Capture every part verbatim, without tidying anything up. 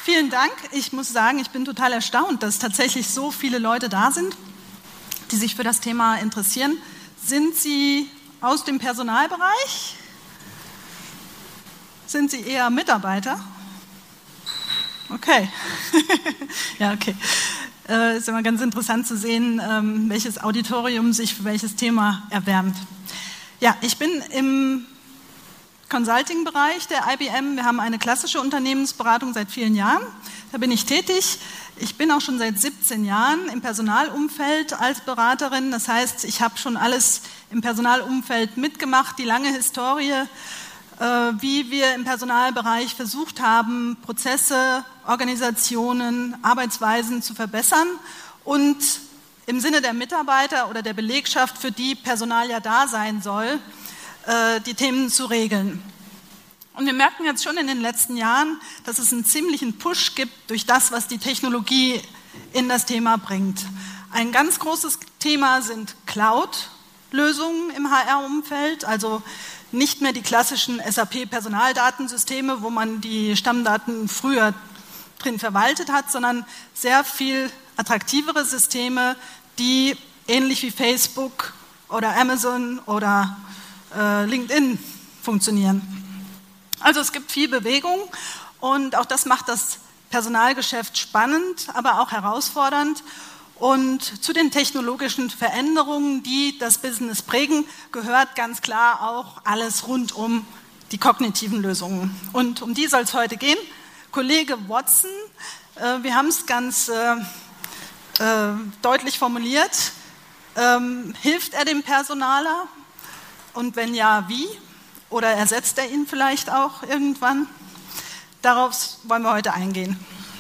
vielen Dank. Ich muss sagen, ich bin total erstaunt, dass tatsächlich so viele Leute da sind, die sich für das Thema interessieren. Sind Sie aus dem Personalbereich? Sind Sie eher Mitarbeiter? Okay. Ja, okay. Äh, ist immer ganz interessant zu sehen, ähm, welches Auditorium sich für welches Thema erwärmt. Ja, ich bin im Consulting-Bereich der I B M. Wir haben eine klassische Unternehmensberatung seit vielen Jahren. Da bin ich tätig. Ich bin auch schon seit siebzehn Jahren im Personalumfeld als Beraterin. Das heißt, ich habe schon alles im Personalumfeld mitgemacht, die lange Historie, äh, wie wir im Personalbereich versucht haben, Prozesse, Organisationen, Arbeitsweisen zu verbessern und im Sinne der Mitarbeiter oder der Belegschaft, für die Personal ja da sein soll, die Themen zu regeln. Und wir merken jetzt schon in den letzten Jahren, dass es einen ziemlichen Push gibt durch das, was die Technologie in das Thema bringt. Ein ganz großes Thema sind Cloud-Lösungen im H R-Umfeld, also nicht mehr die klassischen S A P-Personaldatensysteme, wo man die Stammdaten früher drin verwaltet hat, sondern sehr viel attraktivere Systeme, die ähnlich wie Facebook oder Amazon oder LinkedIn funktionieren. Also es gibt viel Bewegung und auch das macht das Personalgeschäft spannend, aber auch herausfordernd. Und zu den technologischen Veränderungen, die das Business prägen, gehört ganz klar auch alles rund um die kognitiven Lösungen. Und um die soll es heute gehen. Kollege Watson, äh, wir haben es ganz äh, äh, deutlich formuliert, ähm, hilft er dem Personaler? Und wenn ja, wie? Oder ersetzt er ihn vielleicht auch irgendwann? Darauf wollen wir heute eingehen.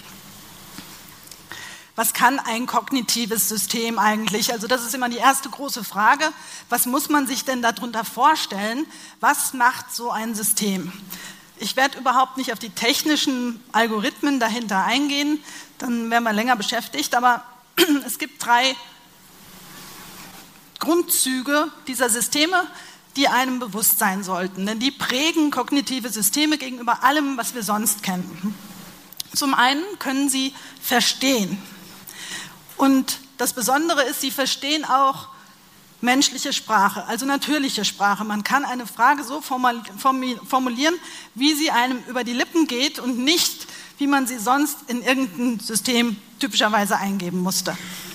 Was kann ein kognitives System eigentlich? Also das ist immer die erste große Frage. Was muss man sich denn darunter vorstellen? Was macht so ein System? Ich werde überhaupt nicht auf die technischen Algorithmen dahinter eingehen, dann wären wir länger beschäftigt, aber es gibt drei Grundzüge dieser Systeme, die einem bewusst sein sollten, denn die prägen kognitive Systeme gegenüber allem, was wir sonst kennen. Zum einen können sie verstehen. Und das Besondere ist, sie verstehen auch menschliche Sprache, also natürliche Sprache. Man kann eine Frage so formulieren, wie sie einem über die Lippen geht und nicht, wie man sie sonst in irgendein System typischerweise eingeben musste.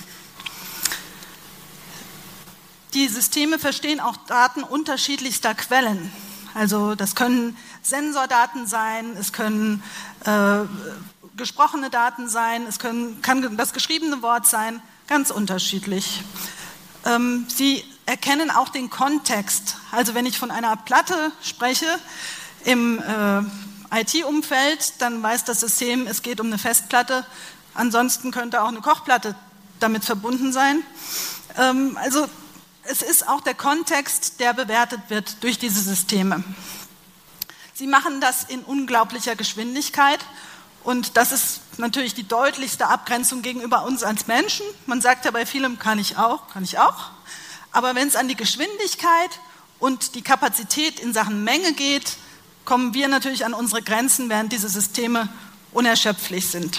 Die Systeme verstehen auch Daten unterschiedlichster Quellen. Also das können Sensordaten sein, es können äh, gesprochene Daten sein, es können, kann das geschriebene Wort sein, ganz unterschiedlich. Ähm, sie erkennen auch den Kontext. Also wenn ich von einer Platte spreche im äh, I T-Umfeld, dann weiß das System, es geht um eine Festplatte. Ansonsten könnte auch eine Kochplatte damit verbunden sein. Ähm, also es ist auch der Kontext, der bewertet wird durch diese Systeme. Sie machen das in unglaublicher Geschwindigkeit und das ist natürlich die deutlichste Abgrenzung gegenüber uns als Menschen. Man sagt ja bei vielem, kann ich auch, kann ich auch. Aber wenn es an die Geschwindigkeit und die Kapazität in Sachen Menge geht, kommen wir natürlich an unsere Grenzen, während diese Systeme unerschöpflich sind.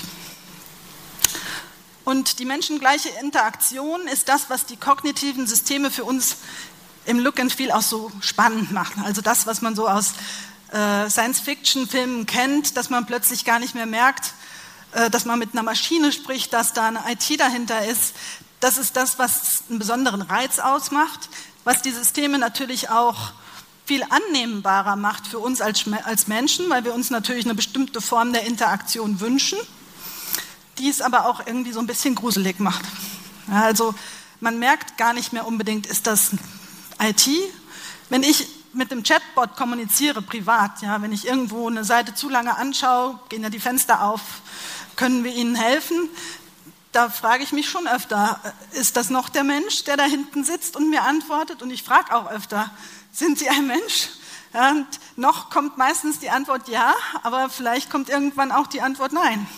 Und die menschengleiche Interaktion ist das, was die kognitiven Systeme für uns im Look and Feel auch so spannend machen. Also das, was man so aus äh, Science-Fiction-Filmen kennt, dass man plötzlich gar nicht mehr merkt, äh, dass man mit einer Maschine spricht, dass da eine I T dahinter ist. Das ist das, was einen besonderen Reiz ausmacht, was die Systeme natürlich auch viel annehmbarer macht für uns als, als Menschen, weil wir uns natürlich eine bestimmte Form der Interaktion wünschen, die es aber auch irgendwie so ein bisschen gruselig macht. Ja, also man merkt gar nicht mehr unbedingt, ist das I T? Wenn ich mit dem Chatbot kommuniziere, privat, ja, wenn ich irgendwo eine Seite zu lange anschaue, gehen ja die Fenster auf, können wir Ihnen helfen? Da frage ich mich schon öfter, ist das noch der Mensch, der da hinten sitzt und mir antwortet? Und ich frage auch öfter, sind Sie ein Mensch? Ja, und noch kommt meistens die Antwort ja, aber vielleicht kommt irgendwann auch die Antwort nein.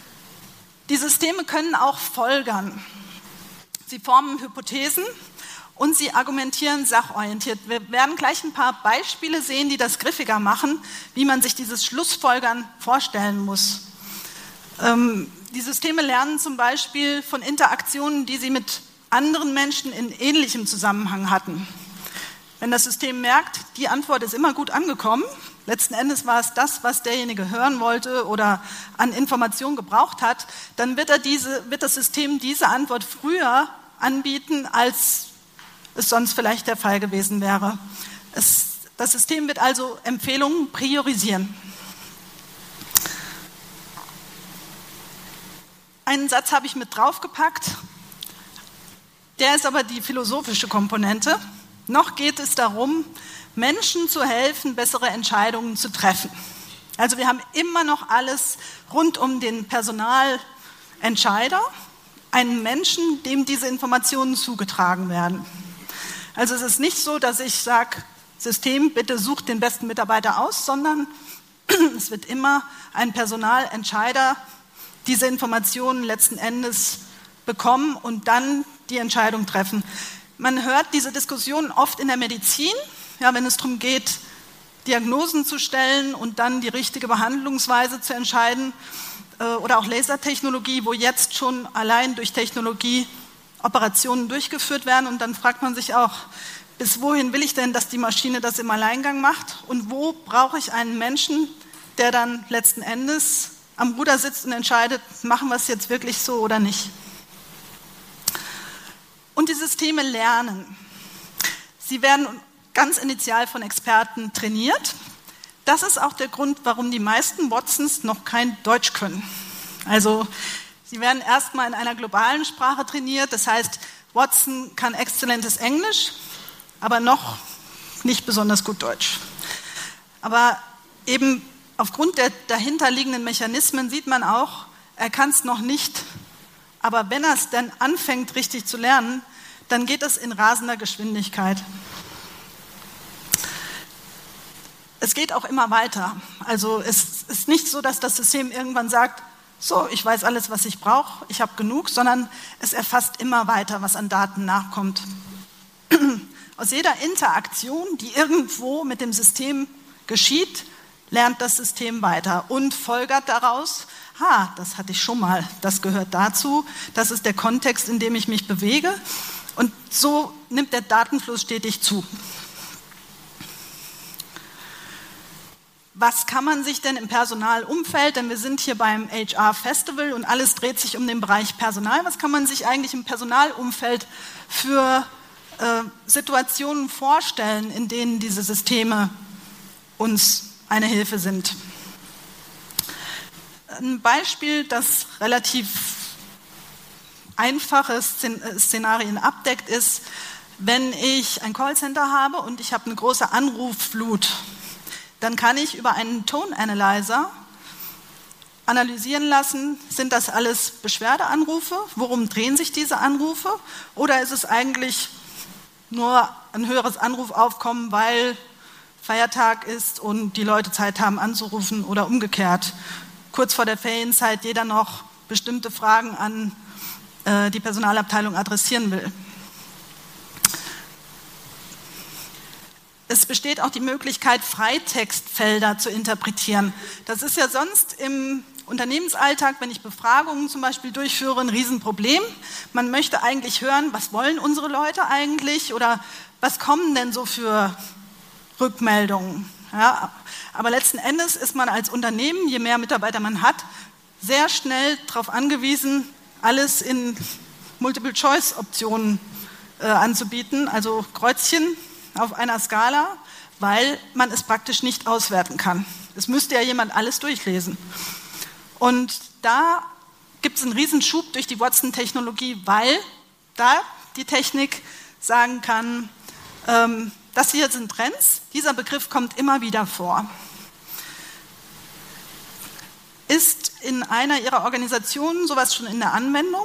Die Systeme können auch folgern. Sie formen Hypothesen und sie argumentieren sachorientiert. Wir werden gleich ein paar Beispiele sehen, die das griffiger machen, wie man sich dieses Schlussfolgern vorstellen muss. Ähm, die Systeme lernen zum Beispiel von Interaktionen, die sie mit anderen Menschen in ähnlichem Zusammenhang hatten. Wenn das System merkt, die Antwort ist immer gut angekommen, letzten Endes war es das, was derjenige hören wollte oder an Informationen gebraucht hat, dann wird, er diese, wird das System diese Antwort früher anbieten, als es sonst vielleicht der Fall gewesen wäre. Es, das System wird also Empfehlungen priorisieren. Einen Satz habe ich mit draufgepackt, der ist aber die philosophische Komponente. Noch geht es darum, Menschen zu helfen, bessere Entscheidungen zu treffen. Also wir haben immer noch alles rund um den Personalentscheider, einen Menschen, dem diese Informationen zugetragen werden. Also es ist nicht so, dass ich sage, System, bitte sucht den besten Mitarbeiter aus, sondern es wird immer ein Personalentscheider diese Informationen letzten Endes bekommen und dann die Entscheidung treffen. Man hört diese Diskussion oft in der Medizin, ja, wenn es darum geht, Diagnosen zu stellen und dann die richtige Behandlungsweise zu entscheiden, äh, oder auch Lasertechnologie, wo jetzt schon allein durch Technologie Operationen durchgeführt werden. Und dann fragt man sich auch, bis wohin will ich denn, dass die Maschine das im Alleingang macht? Und wo brauche ich einen Menschen, der dann letzten Endes am Ruder sitzt und entscheidet, machen wir es jetzt wirklich so oder nicht? Und die Systeme lernen. Sie werden ganz initial von Experten trainiert. Das ist auch der Grund, warum die meisten Watsons noch kein Deutsch können. Also sie werden erstmal in einer globalen Sprache trainiert. Das heißt, Watson kann exzellentes Englisch, aber noch nicht besonders gut Deutsch. Aber eben aufgrund der dahinterliegenden Mechanismen sieht man auch, er kann es noch nicht. Aber wenn er es dann anfängt, richtig zu lernen, dann geht es in rasender Geschwindigkeit. Es geht auch immer weiter. Also es ist nicht so, dass das System irgendwann sagt, so, ich weiß alles, was ich brauche, ich habe genug, sondern es erfasst immer weiter, was an Daten nachkommt. Aus jeder Interaktion, die irgendwo mit dem System geschieht, lernt das System weiter und folgert daraus, ha, das hatte ich schon mal, das gehört dazu, das ist der Kontext, in dem ich mich bewege, und so nimmt der Datenfluss stetig zu. Was kann man sich denn im Personalumfeld, denn wir sind hier beim H R Festival und alles dreht sich um den Bereich Personal, was kann man sich eigentlich im Personalumfeld für äh, Situationen vorstellen, in denen diese Systeme uns eine Hilfe sind? Ein Beispiel, das relativ einfache Szenarien abdeckt, ist, wenn ich ein Callcenter habe und ich habe eine große Anrufflut, dann kann ich über einen Tone Analyzer analysieren lassen, sind das alles Beschwerdeanrufe, worum drehen sich diese Anrufe, oder ist es eigentlich nur ein höheres Anrufaufkommen, weil Feiertag ist und die Leute Zeit haben anzurufen, oder umgekehrt. Kurz vor der Ferienzeit jeder noch bestimmte Fragen an äh, die Personalabteilung adressieren will. Es besteht auch die Möglichkeit, Freitextfelder zu interpretieren. Das ist ja sonst im Unternehmensalltag, wenn ich Befragungen zum Beispiel durchführe, ein Riesenproblem. Man möchte eigentlich hören, was wollen unsere Leute eigentlich oder was kommen denn so für Rückmeldungen. Ja, aber letzten Endes ist man als Unternehmen, je mehr Mitarbeiter man hat, sehr schnell darauf angewiesen, alles in Multiple-Choice-Optionen äh, anzubieten, also Kreuzchen auf einer Skala, weil man es praktisch nicht auswerten kann. Es müsste ja jemand alles durchlesen. Und da gibt es einen Riesenschub durch die Watson-Technologie, weil da die Technik sagen kann, ähm, das hier sind Trends, dieser Begriff kommt immer wieder vor. Ist in einer Ihrer Organisationen sowas schon in der Anwendung?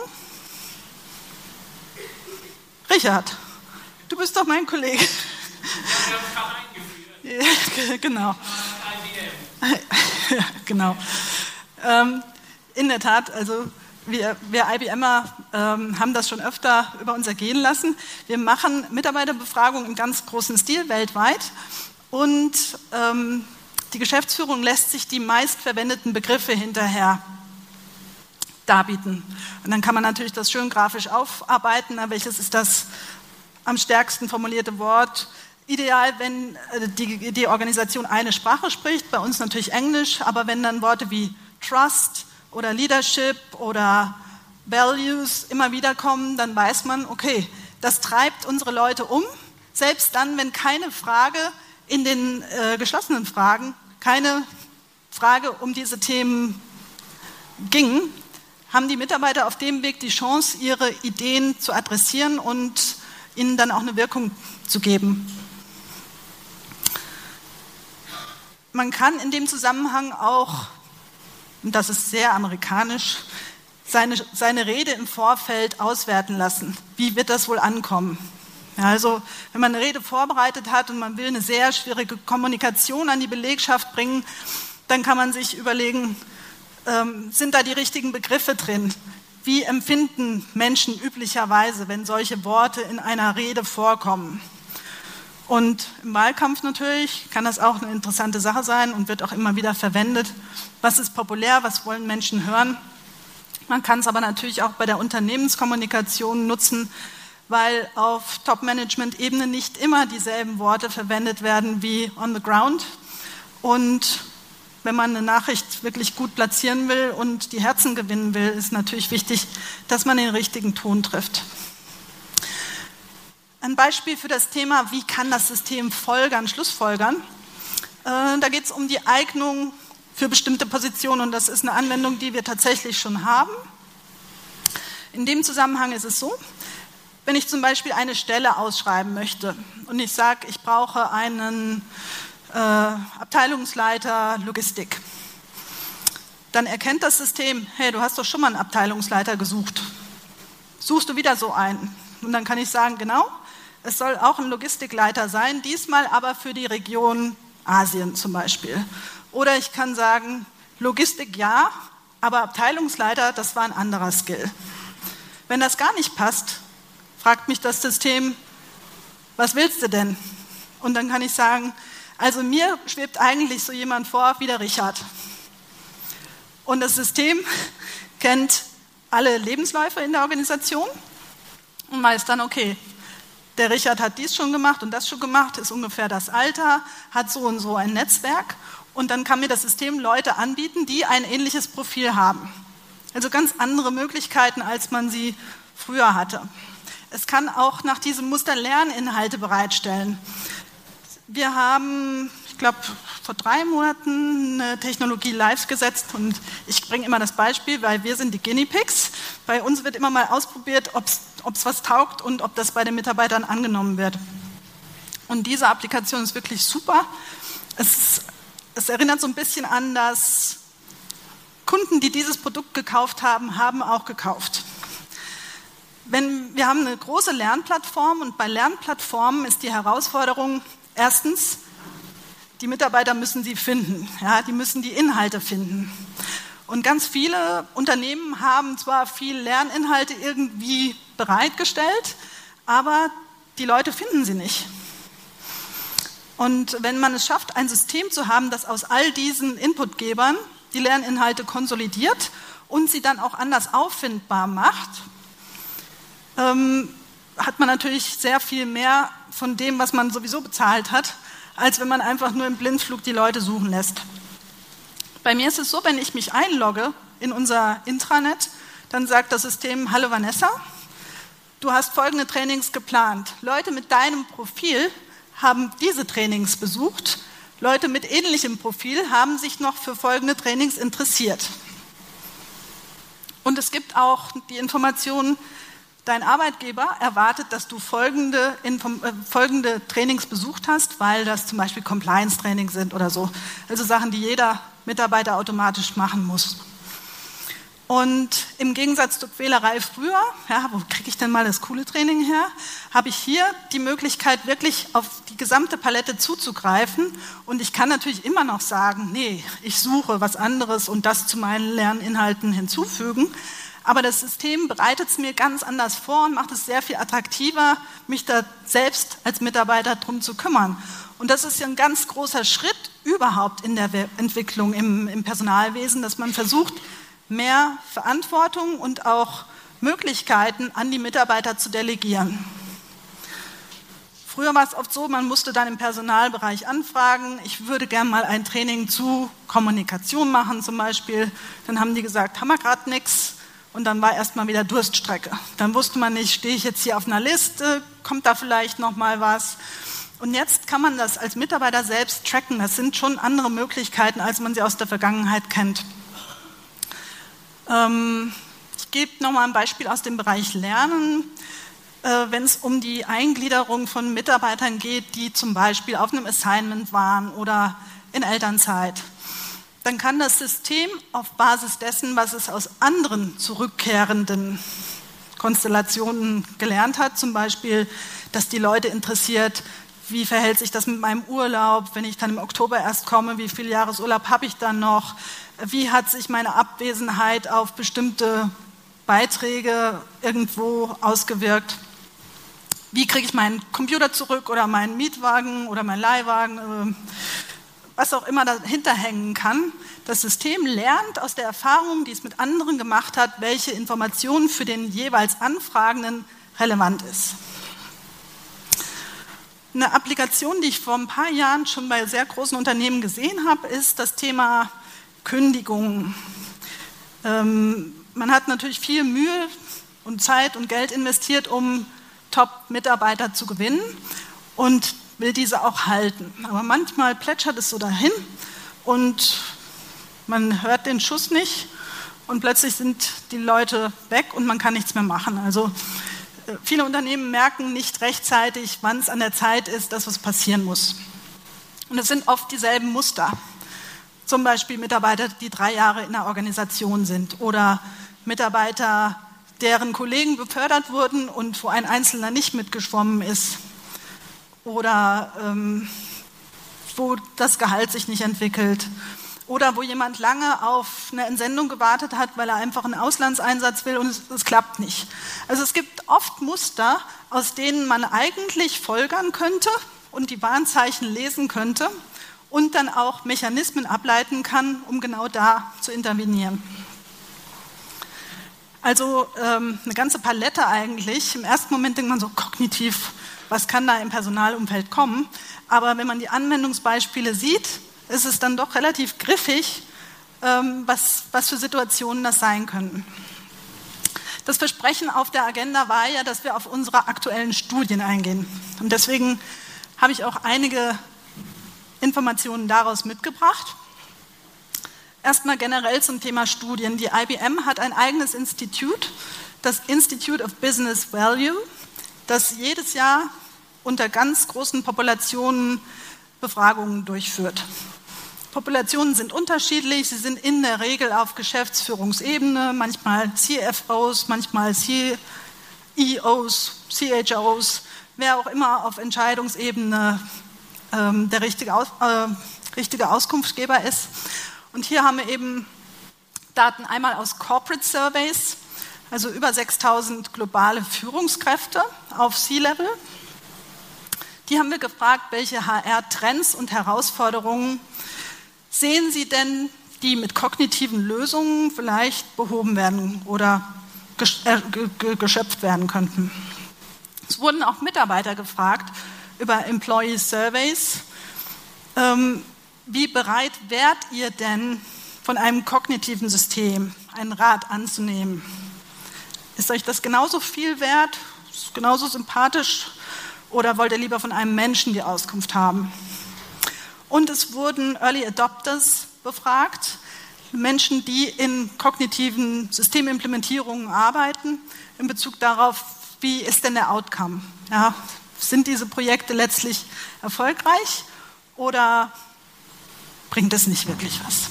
Richard, du bist doch mein Kollege. Ja, wir haben es gerade eingeführt. Genau. genau. Ähm, in der Tat, also wir, wir IBMer ähm, haben das schon öfter über uns ergehen lassen. Wir machen Mitarbeiterbefragungen im ganz großen Stil weltweit und ähm, die Geschäftsführung lässt sich die meistverwendeten Begriffe hinterher darbieten. Und dann kann man natürlich das schön grafisch aufarbeiten, na, welches ist das am stärksten formulierte Wort. Ideal, wenn die, die Organisation eine Sprache spricht, bei uns natürlich Englisch, aber wenn dann Worte wie Trust oder Leadership oder Values immer wieder kommen, dann weiß man, okay, das treibt unsere Leute um, selbst dann, wenn keine Frage in den äh, geschlossenen Fragen, keine Frage um diese Themen ging, haben die Mitarbeiter auf dem Weg die Chance, ihre Ideen zu adressieren und ihnen dann auch eine Wirkung zu geben. Man kann in dem Zusammenhang auch, und das ist sehr amerikanisch, seine, seine Rede im Vorfeld auswerten lassen. Wie wird das wohl ankommen? Ja, also wenn man eine Rede vorbereitet hat und man will eine sehr schwierige Kommunikation an die Belegschaft bringen, dann kann man sich überlegen, ähm, sind da die richtigen Begriffe drin? Wie empfinden Menschen üblicherweise, wenn solche Worte in einer Rede vorkommen? Und im Wahlkampf natürlich kann das auch eine interessante Sache sein und wird auch immer wieder verwendet. Was ist populär, was wollen Menschen hören? Man kann es aber natürlich auch bei der Unternehmenskommunikation nutzen, weil auf Top-Management-Ebene nicht immer dieselben Worte verwendet werden wie on the ground. Und wenn man eine Nachricht wirklich gut platzieren will und die Herzen gewinnen will, ist natürlich wichtig, dass man den richtigen Ton trifft. Ein Beispiel für das Thema, wie kann das System folgern, Schlussfolgern. Äh, da geht es um die Eignung für bestimmte Positionen und das ist eine Anwendung, die wir tatsächlich schon haben. In dem Zusammenhang ist es so, wenn ich zum Beispiel eine Stelle ausschreiben möchte und ich sage, ich brauche einen äh, Abteilungsleiter Logistik, dann erkennt das System, hey, du hast doch schon mal einen Abteilungsleiter gesucht. Suchst du wieder so einen? Und dann kann ich sagen, genau, es soll auch ein Logistikleiter sein, diesmal aber für die Region Asien zum Beispiel. Oder ich kann sagen, Logistik ja, aber Abteilungsleiter, das war ein anderer Skill. Wenn das gar nicht passt, fragt mich das System, was willst du denn? Und dann kann ich sagen, also mir schwebt eigentlich so jemand vor wie der Richard. Und das System kennt alle Lebensläufe in der Organisation und weiß dann, okay, der Richard hat dies schon gemacht und das schon gemacht, ist ungefähr das Alter, hat so und so ein Netzwerk und dann kann mir das System Leute anbieten, die ein ähnliches Profil haben. Also ganz andere Möglichkeiten, als man sie früher hatte. Es kann auch nach diesem Muster Lerninhalte bereitstellen. Wir haben, ich glaube, vor drei Monaten eine Technologie live gesetzt und ich bringe immer das Beispiel, weil wir sind die Guinea Pigs. Bei uns wird immer mal ausprobiert, ob es was taugt und ob das bei den Mitarbeitern angenommen wird. Und diese Applikation ist wirklich super. Es, es erinnert so ein bisschen an, dass Kunden, die dieses Produkt gekauft haben, haben auch gekauft. Wenn, wir haben eine große Lernplattform und bei Lernplattformen ist die Herausforderung, erstens, die Mitarbeiter müssen sie finden, ja, die müssen die Inhalte finden. Und ganz viele Unternehmen haben zwar viel Lerninhalte irgendwie bereitgestellt, aber die Leute finden sie nicht. Und wenn man es schafft, ein System zu haben, das aus all diesen Inputgebern die Lerninhalte konsolidiert und sie dann auch anders auffindbar macht, ähm, hat man natürlich sehr viel mehr von dem, was man sowieso bezahlt hat, als wenn man einfach nur im Blindflug die Leute suchen lässt. Bei mir ist es so, wenn ich mich einlogge in unser Intranet, dann sagt das System, hallo Vanessa, du hast folgende Trainings geplant. Leute mit deinem Profil haben diese Trainings besucht, Leute mit ähnlichem Profil haben sich noch für folgende Trainings interessiert. Und es gibt auch die Information, dein Arbeitgeber erwartet, dass du folgende, Inform- äh, folgende Trainings besucht hast, weil das zum Beispiel Compliance-Trainings sind oder so. Also Sachen, die jeder Mitarbeiter automatisch machen muss. Und im Gegensatz zur Quälerei früher, ja, wo kriege ich denn mal das coole Training her, habe ich hier die Möglichkeit, wirklich auf die gesamte Palette zuzugreifen. Und ich kann natürlich immer noch sagen, nee, ich suche was anderes und das zu meinen Lerninhalten hinzufügen. Aber das System bereitet es mir ganz anders vor und macht es sehr viel attraktiver, mich da selbst als Mitarbeiter drum zu kümmern. Und das ist ja ein ganz großer Schritt überhaupt in der Entwicklung im, im Personalwesen, dass man versucht, mehr Verantwortung und auch Möglichkeiten an die Mitarbeiter zu delegieren. Früher war es oft so, man musste dann im Personalbereich anfragen, ich würde gerne mal ein Training zu Kommunikation machen zum Beispiel. Dann haben die gesagt, haben wir gerade nichts. Und dann war erstmal wieder Durststrecke. Dann wusste man nicht, stehe ich jetzt hier auf einer Liste, kommt da vielleicht noch mal was. Und jetzt kann man das als Mitarbeiter selbst tracken. Das sind schon andere Möglichkeiten, als man sie aus der Vergangenheit kennt. Ähm, ich gebe noch mal ein Beispiel aus dem Bereich Lernen. Wenn es um die Eingliederung von Mitarbeitern geht, die zum Beispiel auf einem Assignment waren oder in Elternzeit, dann kann das System auf Basis dessen, was es aus anderen zurückkehrenden Konstellationen gelernt hat, zum Beispiel, dass die Leute interessiert, wie verhält sich das mit meinem Urlaub, wenn ich dann im Oktober erst komme, wie viel Jahresurlaub habe ich dann noch, wie hat sich meine Abwesenheit auf bestimmte Beiträge irgendwo ausgewirkt. Wie kriege ich meinen Computer zurück oder meinen Mietwagen oder meinen Leihwagen, was auch immer dahinter hängen kann. Das System lernt aus der Erfahrung, die es mit anderen gemacht hat, welche Informationen für den jeweils Anfragenden relevant ist. Eine Applikation, die ich vor ein paar Jahren schon bei sehr großen Unternehmen gesehen habe, ist das Thema Kündigungen. Ähm, man hat natürlich viel Mühe und Zeit und Geld investiert, um Top-Mitarbeiter zu gewinnen und will diese auch halten. Aber manchmal plätschert es so dahin und man hört den Schuss nicht und plötzlich sind die Leute weg und man kann nichts mehr machen. Also viele Unternehmen merken nicht rechtzeitig, wann es an der Zeit ist, dass was passieren muss. Und es sind oft dieselben Muster. Zum Beispiel Mitarbeiter, die drei Jahre in der Organisation sind oder Mitarbeiter, deren Kollegen befördert wurden und wo ein Einzelner nicht mitgeschwommen ist oder ähm, wo das Gehalt sich nicht entwickelt oder wo jemand lange auf eine Entsendung gewartet hat, weil er einfach einen Auslandseinsatz will und es, es klappt nicht. Also es gibt oft Muster, aus denen man eigentlich folgern könnte und die Warnzeichen lesen könnte und dann auch Mechanismen ableiten kann, um genau da zu intervenieren. Also ähm, eine ganze Palette eigentlich. Im ersten Moment denkt man so kognitiv, was kann da im Personalumfeld kommen? Aber wenn man die Anwendungsbeispiele sieht, ist es dann doch relativ griffig, ähm, was, was für Situationen das sein könnten. Das Versprechen auf der Agenda war ja, dass wir auf unsere aktuellen Studien eingehen. Und deswegen habe ich auch einige Informationen daraus mitgebracht. Erstmal generell zum Thema Studien. Die I B M hat ein eigenes Institut, das Institute of Business Value, das jedes Jahr unter ganz großen Populationen Befragungen durchführt. Populationen sind unterschiedlich, sie sind in der Regel auf Geschäftsführungsebene, manchmal C F Os, manchmal C E Os, C H Os, wer auch immer auf Entscheidungsebene ähm, der richtige, Aus, äh, richtige Auskunftsgeber ist. Und hier haben wir eben Daten einmal aus Corporate Surveys, also über sechstausend globale Führungskräfte auf C-Level. Die haben wir gefragt, welche H R-Trends und Herausforderungen sehen Sie denn, die mit kognitiven Lösungen vielleicht behoben werden oder geschöpft werden könnten. Es wurden auch Mitarbeiter gefragt über Employee Surveys. Ähm, Wie bereit wärt ihr denn, von einem kognitiven System einen Rat anzunehmen? Ist euch das genauso viel wert, ist genauso sympathisch oder wollt ihr lieber von einem Menschen die Auskunft haben? Und es wurden Early Adopters befragt, Menschen, die in kognitiven Systemimplementierungen arbeiten, in Bezug darauf, wie ist denn der Outcome? Ja, sind diese Projekte letztlich erfolgreich oder bringt es nicht wirklich was?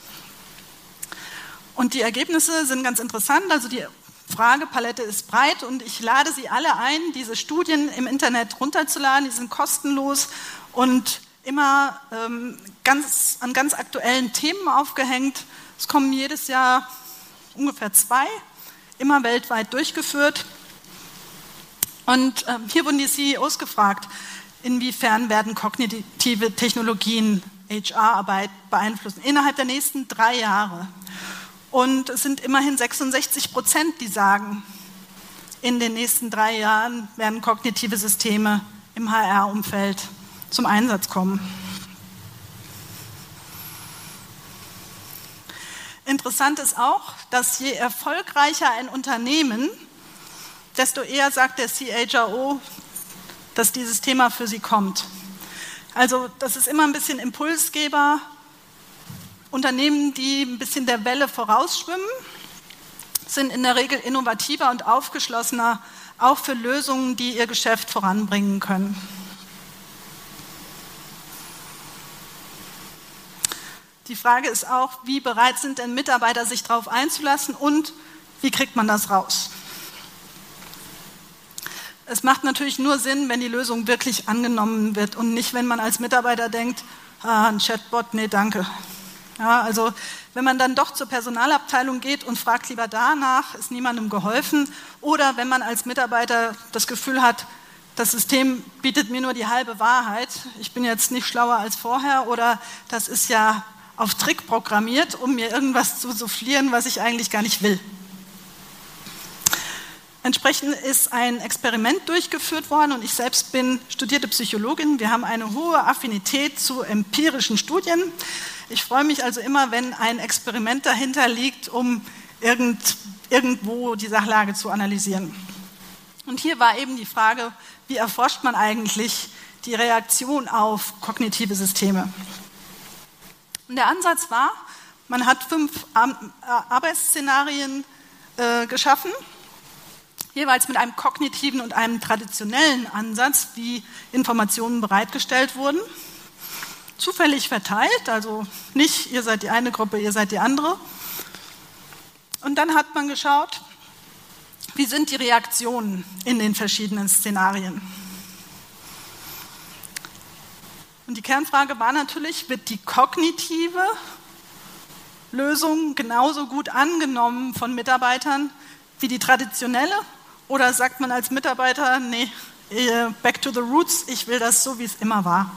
Und die Ergebnisse sind ganz interessant, also die Fragepalette ist breit und ich lade Sie alle ein, diese Studien im Internet runterzuladen, die sind kostenlos und immer ähm, ganz, an ganz aktuellen Themen aufgehängt. Es kommen jedes Jahr ungefähr zwei immer weltweit durchgeführt. Und äh, hier wurden die C E Os gefragt, inwiefern werden kognitive Technologien H R-Arbeit beeinflussen, innerhalb der nächsten drei Jahre. Und es sind immerhin sechsundsechzig Prozent, die sagen, in den nächsten drei Jahren werden kognitive Systeme im H R-Umfeld zum Einsatz kommen. Interessant ist auch, dass je erfolgreicher ein Unternehmen, desto eher sagt der C H R O, dass dieses Thema für sie kommt. Also das ist immer ein bisschen Impulsgeber. Unternehmen, die ein bisschen der Welle vorausschwimmen, sind in der Regel innovativer und aufgeschlossener, auch für Lösungen, die ihr Geschäft voranbringen können. Die Frage ist auch, wie bereit sind denn Mitarbeiter, sich darauf einzulassen und wie kriegt man das raus? Es macht natürlich nur Sinn, wenn die Lösung wirklich angenommen wird und nicht, wenn man als Mitarbeiter denkt, ah, ein Chatbot, nee, danke. Ja, also wenn man dann doch zur Personalabteilung geht und fragt lieber danach, ist niemandem geholfen. Oder wenn man als Mitarbeiter das Gefühl hat, das System bietet mir nur die halbe Wahrheit, ich bin jetzt nicht schlauer als vorher oder das ist ja auf Trick programmiert, um mir irgendwas zu soufflieren, was ich eigentlich gar nicht will. Entsprechend ist ein Experiment durchgeführt worden und ich selbst bin studierte Psychologin. Wir haben eine hohe Affinität zu empirischen Studien. Ich freue mich also immer, wenn ein Experiment dahinter liegt, um irgend, irgendwo die Sachlage zu analysieren. Und hier war eben die Frage, wie erforscht man eigentlich die Reaktion auf kognitive Systeme? Und der Ansatz war, man hat fünf Arbeitsszenarien äh, geschaffen, jeweils mit einem kognitiven und einem traditionellen Ansatz, wie Informationen bereitgestellt wurden. Zufällig verteilt, also nicht, ihr seid die eine Gruppe, ihr seid die andere. Und dann hat man geschaut, wie sind die Reaktionen in den verschiedenen Szenarien. Und die Kernfrage war natürlich, wird die kognitive Lösung genauso gut angenommen von Mitarbeitern wie die traditionelle? Oder sagt man als Mitarbeiter, nee, back to the roots, ich will das so, wie es immer war?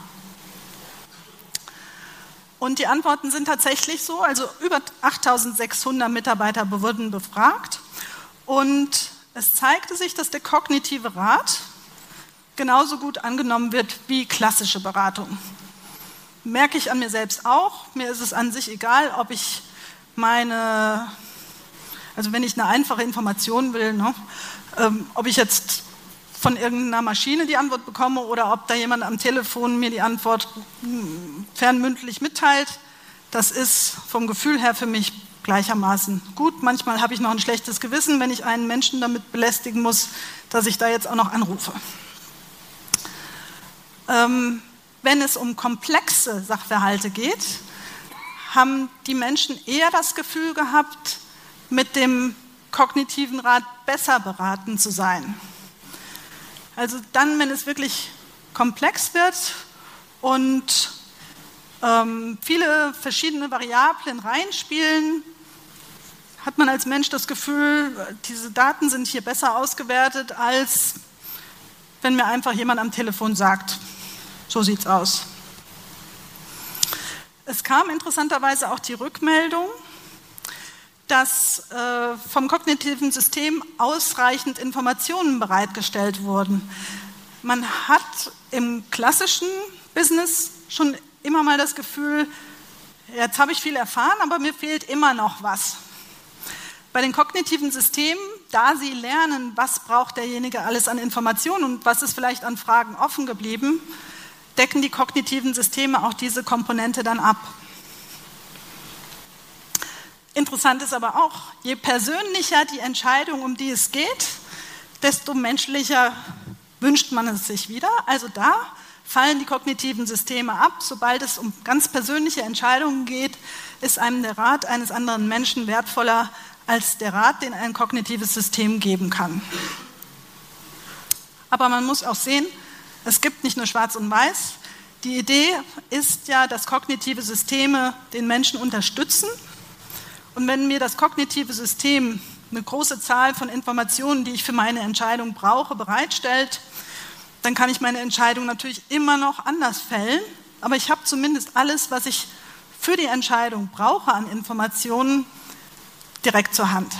Und die Antworten sind tatsächlich so, also über achttausendsechshundert Mitarbeiter wurden befragt und es zeigte sich, dass der kognitive Rat genauso gut angenommen wird wie klassische Beratung. Merke ich an mir selbst auch, mir ist es an sich egal, ob ich meine, also wenn ich eine einfache Information will, ne, ähm, ob ich jetzt von irgendeiner Maschine die Antwort bekomme oder ob da jemand am Telefon mir die Antwort fernmündlich mitteilt, das ist vom Gefühl her für mich gleichermaßen gut. Manchmal habe ich noch ein schlechtes Gewissen, wenn ich einen Menschen damit belästigen muss, dass ich da jetzt auch noch anrufe. Ähm, wenn es um komplexe Sachverhalte geht, haben die Menschen eher das Gefühl gehabt, mit dem kognitiven Rat besser beraten zu sein. Also dann, wenn es wirklich komplex wird und ähm, viele verschiedene Variablen reinspielen, hat man als Mensch das Gefühl, diese Daten sind hier besser ausgewertet, als wenn mir einfach jemand am Telefon sagt, so sieht's aus. Es kam interessanterweise auch die Rückmeldung, dass äh, vom kognitiven System ausreichend Informationen bereitgestellt wurden. Man hat im klassischen Business schon immer mal das Gefühl, jetzt habe ich viel erfahren, aber mir fehlt immer noch was. Bei den kognitiven Systemen, da sie lernen, was braucht derjenige alles an Informationen und was ist vielleicht an Fragen offen geblieben, decken die kognitiven Systeme auch diese Komponente dann ab. Interessant ist aber auch, je persönlicher die Entscheidung, um die es geht, desto menschlicher wünscht man es sich wieder. Also da fallen die kognitiven Systeme ab. Sobald es um ganz persönliche Entscheidungen geht, ist einem der Rat eines anderen Menschen wertvoller als der Rat, den ein kognitives System geben kann. Aber man muss auch sehen, es gibt nicht nur Schwarz und Weiß. Die Idee ist ja, dass kognitive Systeme den Menschen unterstützen. Und wenn mir das kognitive System eine große Zahl von Informationen, die ich für meine Entscheidung brauche, bereitstellt, dann kann ich meine Entscheidung natürlich immer noch anders fällen, aber ich habe zumindest alles, was ich für die Entscheidung brauche an Informationen, direkt zur Hand.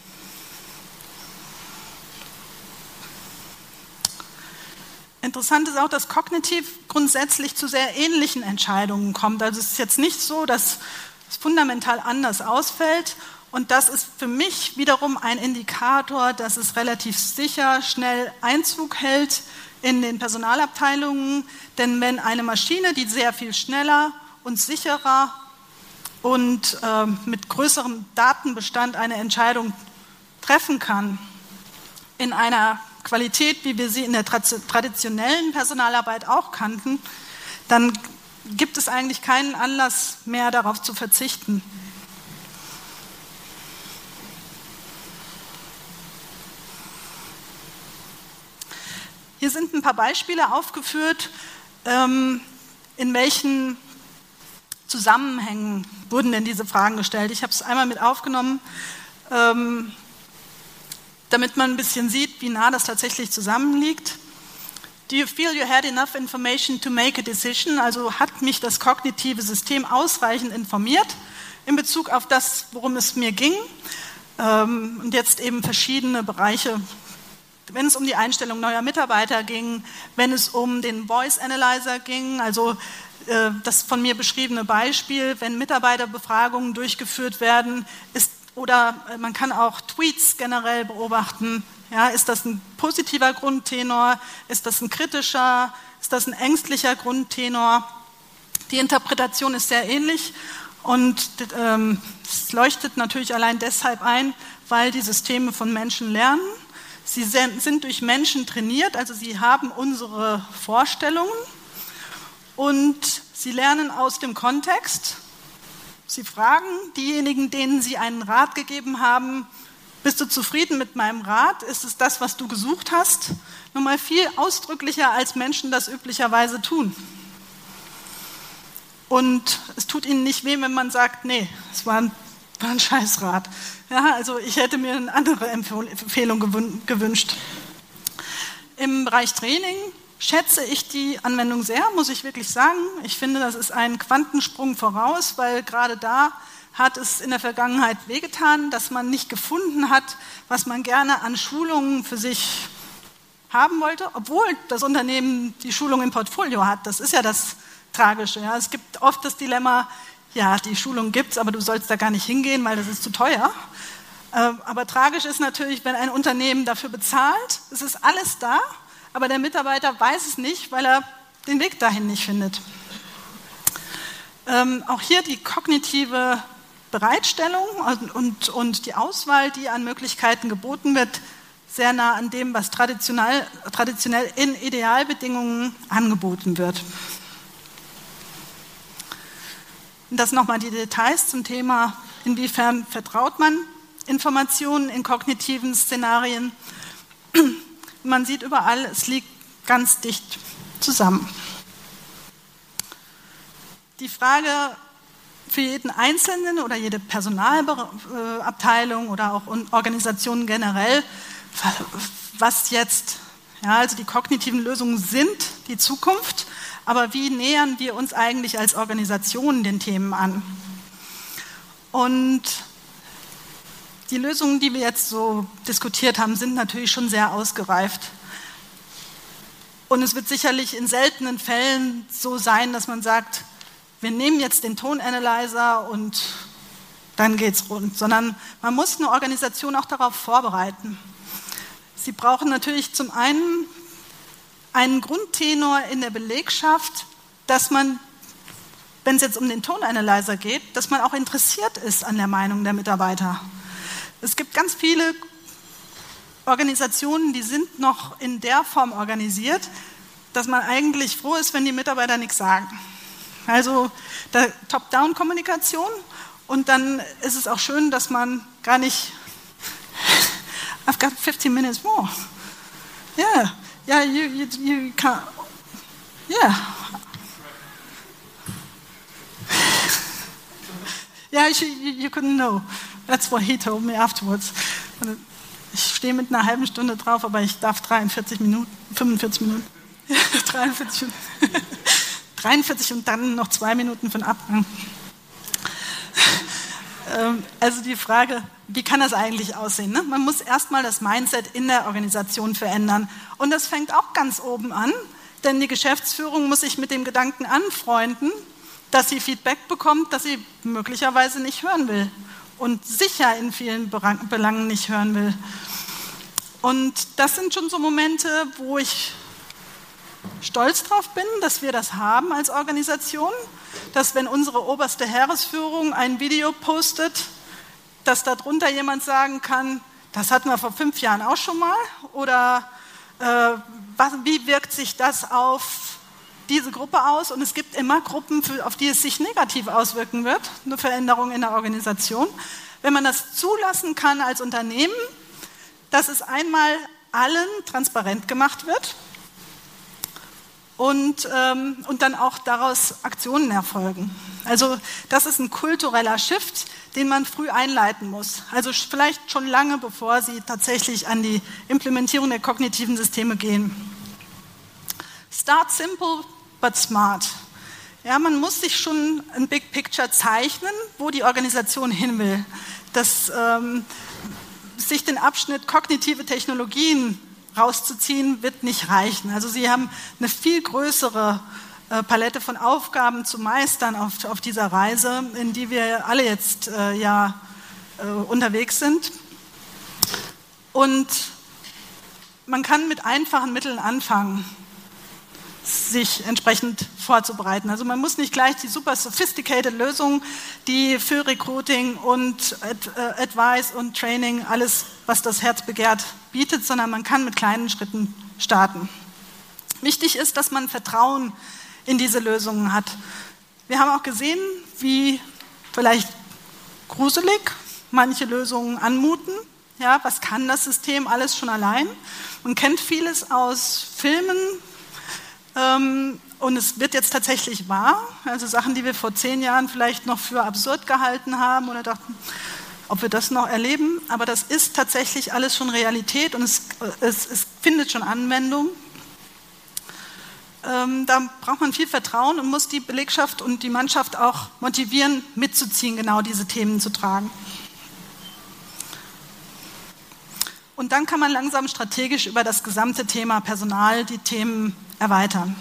Interessant ist auch, dass kognitiv grundsätzlich zu sehr ähnlichen Entscheidungen kommt. Also es ist jetzt nicht so, dass es fundamental anders ausfällt. Und das ist für mich wiederum ein Indikator, dass es relativ sicher schnell Einzug hält in den Personalabteilungen. Denn wenn eine Maschine, die sehr viel schneller und sicherer und äh, mit größerem Datenbestand eine Entscheidung treffen kann, in einer Qualität, wie wir sie in der traditionellen Personalarbeit auch kannten, dann gibt es eigentlich keinen Anlass mehr, darauf zu verzichten. Hier sind ein paar Beispiele aufgeführt, in welchen Zusammenhängen wurden denn diese Fragen gestellt. Ich habe es einmal mit aufgenommen, damit man ein bisschen sieht, wie nah das tatsächlich zusammenliegt. Do you feel you had enough information to make a decision? Also hat mich das kognitive System ausreichend informiert in Bezug auf das, worum es mir ging. Und jetzt eben verschiedene Bereiche. Wenn es um die Einstellung neuer Mitarbeiter ging, wenn es um den Voice Analyzer ging, also das von mir beschriebene Beispiel, wenn Mitarbeiterbefragungen durchgeführt werden, ist oder man kann auch Tweets generell beobachten. Ja, ist das ein positiver Grundtenor? Ist das ein kritischer? Ist das ein ängstlicher Grundtenor? Die Interpretation ist sehr ähnlich und ähm, es leuchtet natürlich allein deshalb ein, weil die Systeme von Menschen lernen. Sie sind durch Menschen trainiert, also sie haben unsere Vorstellungen und sie lernen aus dem Kontext. Sie fragen diejenigen, denen Sie einen Rat gegeben haben, bist du zufrieden mit meinem Rat? Ist es das, was du gesucht hast? Nun mal viel ausdrücklicher, als Menschen das üblicherweise tun. Und es tut ihnen nicht weh, wenn man sagt, nee, es war ein, war ein Scheißrat. Ja, also ich hätte mir eine andere Empfehlung gewünscht. Im Bereich Training schätze ich die Anwendung sehr, muss ich wirklich sagen. Ich finde, das ist ein Quantensprung voraus, weil gerade da hat es in der Vergangenheit wehgetan, dass man nicht gefunden hat, was man gerne an Schulungen für sich haben wollte, obwohl das Unternehmen die Schulung im Portfolio hat. Das ist ja das Tragische. Ja. Es gibt oft das Dilemma, ja, die Schulung gibt es, aber du sollst da gar nicht hingehen, weil das ist zu teuer. Aber tragisch ist natürlich, wenn ein Unternehmen dafür bezahlt, es ist alles da, aber der Mitarbeiter weiß es nicht, weil er den Weg dahin nicht findet. Ähm, auch hier die kognitive Bereitstellung und, und, und die Auswahl, die an Möglichkeiten geboten wird, sehr nah an dem, was traditionell, traditionell in Idealbedingungen angeboten wird. Und das nochmal die Details zum Thema, inwiefern vertraut man Informationen in kognitiven Szenarien. Man sieht überall, es liegt ganz dicht zusammen. Die Frage für jeden Einzelnen oder jede Personalabteilung oder auch Organisationen generell, was jetzt, ja, also die kognitiven Lösungen sind die Zukunft, aber wie nähern wir uns eigentlich als Organisation den Themen an? Und die Lösungen, die wir jetzt so diskutiert haben, sind natürlich schon sehr ausgereift. Und es wird sicherlich in seltenen Fällen so sein, dass man sagt, wir nehmen jetzt den Tonanalyzer und dann geht's rund. Sondern man muss eine Organisation auch darauf vorbereiten. Sie brauchen natürlich zum einen einen Grundtenor in der Belegschaft, dass man, wenn es jetzt um den Tonanalyzer geht, dass man auch interessiert ist an der Meinung der Mitarbeiter. Es gibt ganz viele Organisationen, die sind noch in der Form organisiert, dass man eigentlich froh ist, wenn die Mitarbeiter nichts sagen. Also Top-Down-Kommunikation und dann ist es auch schön, dass man gar nicht I've got fifteen minutes more. Yeah, yeah, you, you, you can't, yeah. Yeah, you, you couldn't know. That's what he told me afterwards. Ich stehe mit einer halben Stunde drauf, aber ich darf dreiundvierzig Minuten, fünfundvierzig Minuten, dreiundvierzig, dreiundvierzig und dann noch zwei Minuten für den Abgang. Also die Frage, wie kann das eigentlich aussehen? Ne? Man muss erstmal das Mindset in der Organisation verändern. Und das fängt auch ganz oben an, denn die Geschäftsführung muss sich mit dem Gedanken anfreunden, dass sie Feedback bekommt, das sie möglicherweise nicht hören will und sicher in vielen Belangen nicht hören will. Und das sind schon so Momente, wo ich stolz drauf bin, dass wir das haben als Organisation, dass wenn unsere oberste Heeresführung ein Video postet, dass darunter jemand sagen kann, das hatten wir vor fünf Jahren auch schon mal, oder äh, was, wie wirkt sich das auf diese Gruppe aus? Und es gibt immer Gruppen, für, auf die es sich negativ auswirken wird, eine Veränderung in der Organisation. Wenn man das zulassen kann als Unternehmen, dass es einmal allen transparent gemacht wird, Und, ähm, und dann auch daraus Aktionen erfolgen. Also das ist ein kultureller Shift, den man früh einleiten muss. Also vielleicht schon lange, bevor Sie tatsächlich an die Implementierung der kognitiven Systeme gehen. Start simple, but smart. Ja, man muss sich schon ein Big Picture zeichnen, wo die Organisation hin will. Das, ähm, sich den Abschnitt kognitive Technologien rauszuziehen, wird nicht reichen. Also Sie haben eine viel größere äh, Palette von Aufgaben zu meistern auf, auf dieser Reise, in die wir alle jetzt äh, ja äh, unterwegs sind. Und man kann mit einfachen Mitteln anfangen, sich entsprechend vorzubereiten. Also man muss nicht gleich die super sophisticated Lösung, die für Recruiting und Ad, äh, Advice und Training, alles, was das Herz begehrt, bietet, sondern man kann mit kleinen Schritten starten. Wichtig ist, dass man Vertrauen in diese Lösungen hat. Wir haben auch gesehen, wie vielleicht gruselig manche Lösungen anmuten. Ja, was kann das System alles schon allein? Man kennt vieles aus Filmen, ähm, und es wird jetzt tatsächlich wahr. Also Sachen, die wir vor zehn Jahren vielleicht noch für absurd gehalten haben oder dachten, ob wir das noch erleben, aber das ist tatsächlich alles schon Realität und es, es, es findet schon Anwendung. Ähm, da braucht man viel Vertrauen und muss die Belegschaft und die Mannschaft auch motivieren, mitzuziehen, genau diese Themen zu tragen. Und dann kann man langsam strategisch über das gesamte Thema Personal die Themen erweitern.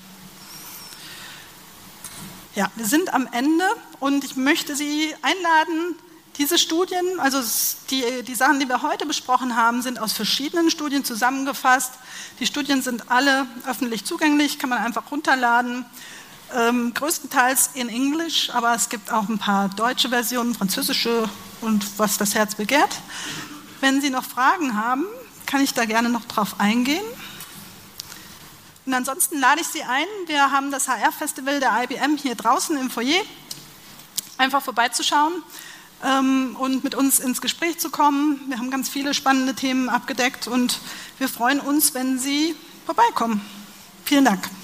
Ja, wir sind am Ende und ich möchte Sie einladen, diese Studien, also die, die Sachen, die wir heute besprochen haben, sind aus verschiedenen Studien zusammengefasst. Die Studien sind alle öffentlich zugänglich, kann man einfach runterladen, ähm, größtenteils in Englisch, aber es gibt auch ein paar deutsche Versionen, französische und was das Herz begehrt. Wenn Sie noch Fragen haben, kann ich da gerne noch drauf eingehen. Und ansonsten lade ich Sie ein, wir haben das H R-Festival der I B M hier draußen im Foyer, einfach vorbeizuschauen ähm, und mit uns ins Gespräch zu kommen. Wir haben ganz viele spannende Themen abgedeckt und wir freuen uns, wenn Sie vorbeikommen. Vielen Dank.